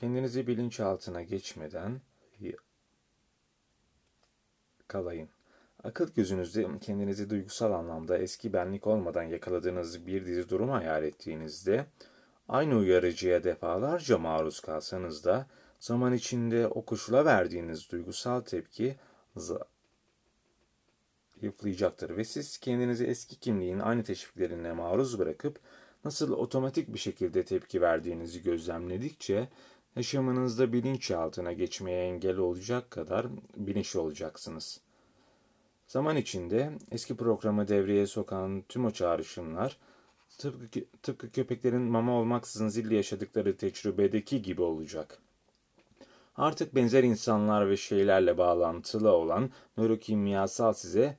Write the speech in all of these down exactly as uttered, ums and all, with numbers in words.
Kendinizi bilinçaltına geçmeden kalayın. Akıl gözünüzde kendinizi duygusal anlamda eski benlik olmadan yakaladığınız bir dizi durum hayal ettiğinizde, aynı uyarıcıya defalarca maruz kalsanız da zaman içinde o koşula verdiğiniz duygusal tepki zayıflayacaktır ve siz kendinizi eski kimliğin aynı teşviklerine maruz bırakıp nasıl otomatik bir şekilde tepki verdiğinizi gözlemledikçe yaşamınızda bilinçaltına geçmeye engel olacak kadar bilinçli olacaksınız. Zaman içinde eski programı devreye sokan tüm o çağrışımlar tıpkı, tıpkı köpeklerin mama olmaksızın zilli yaşadıkları tecrübedeki gibi olacak. Artık benzer insanlar ve şeylerle bağlantılı olan nörokimyasal size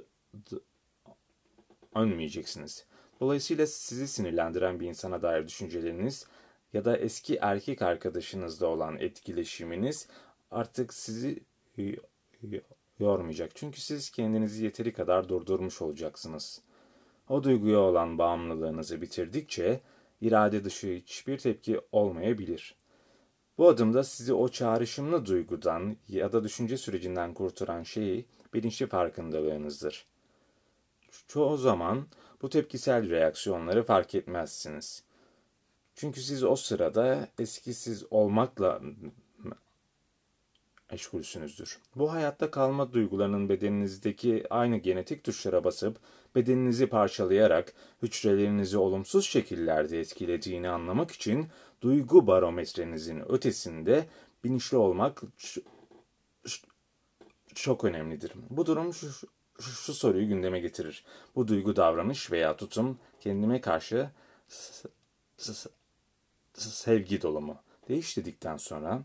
önmeyeceksiniz. Dolayısıyla sizi sinirlendiren bir insana dair düşünceleriniz ya da eski erkek arkadaşınızla olan etkileşiminiz artık sizi yormayacak. Çünkü siz kendinizi yeteri kadar durdurmuş olacaksınız. O duyguya olan bağımlılığınızı bitirdikçe irade dışı hiçbir tepki olmayabilir. Bu adımda sizi o çağrışımlı duygudan ya da düşünce sürecinden kurtaran şey bilinçli farkındalığınızdır. Çoğu zaman bu tepkisel reaksiyonları fark etmezsiniz. Çünkü siz o sırada eskisiz olmakla meşgulsünüzdür. Bu hayatta kalma duygularının bedeninizdeki aynı genetik tuşlara basıp bedeninizi parçalayarak hücrelerinizi olumsuz şekillerde etkilediğini anlamak için duygu barometrenizin ötesinde bilinçli olmak çok önemlidir. Bu durum şu, şu, şu soruyu gündeme getirir. Bu duygu, davranış veya tutum kendime karşı sevgi dolu mu? Değiş dedikten sonra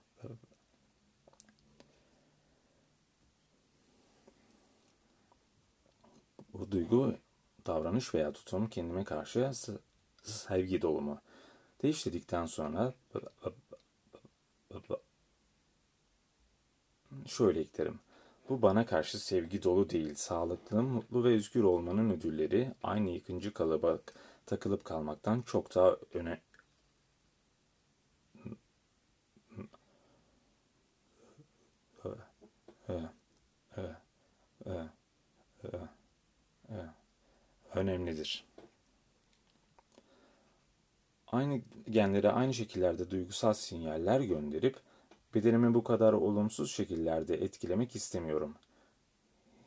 bu duygu, davranış veya tutum kendime karşı sevgi dolu mu? Değiş dedikten sonra şöyle eklerim. Bu bana karşı sevgi dolu değil, sağlıklı, mutlu ve özgür olmanın ödülleri aynı yıkıncı kalıba takılıp kalmaktan çok daha öne önemlidir. Aynı genlere aynı şekillerde duygusal sinyaller gönderip bedenimi bu kadar olumsuz şekillerde etkilemek istemiyorum.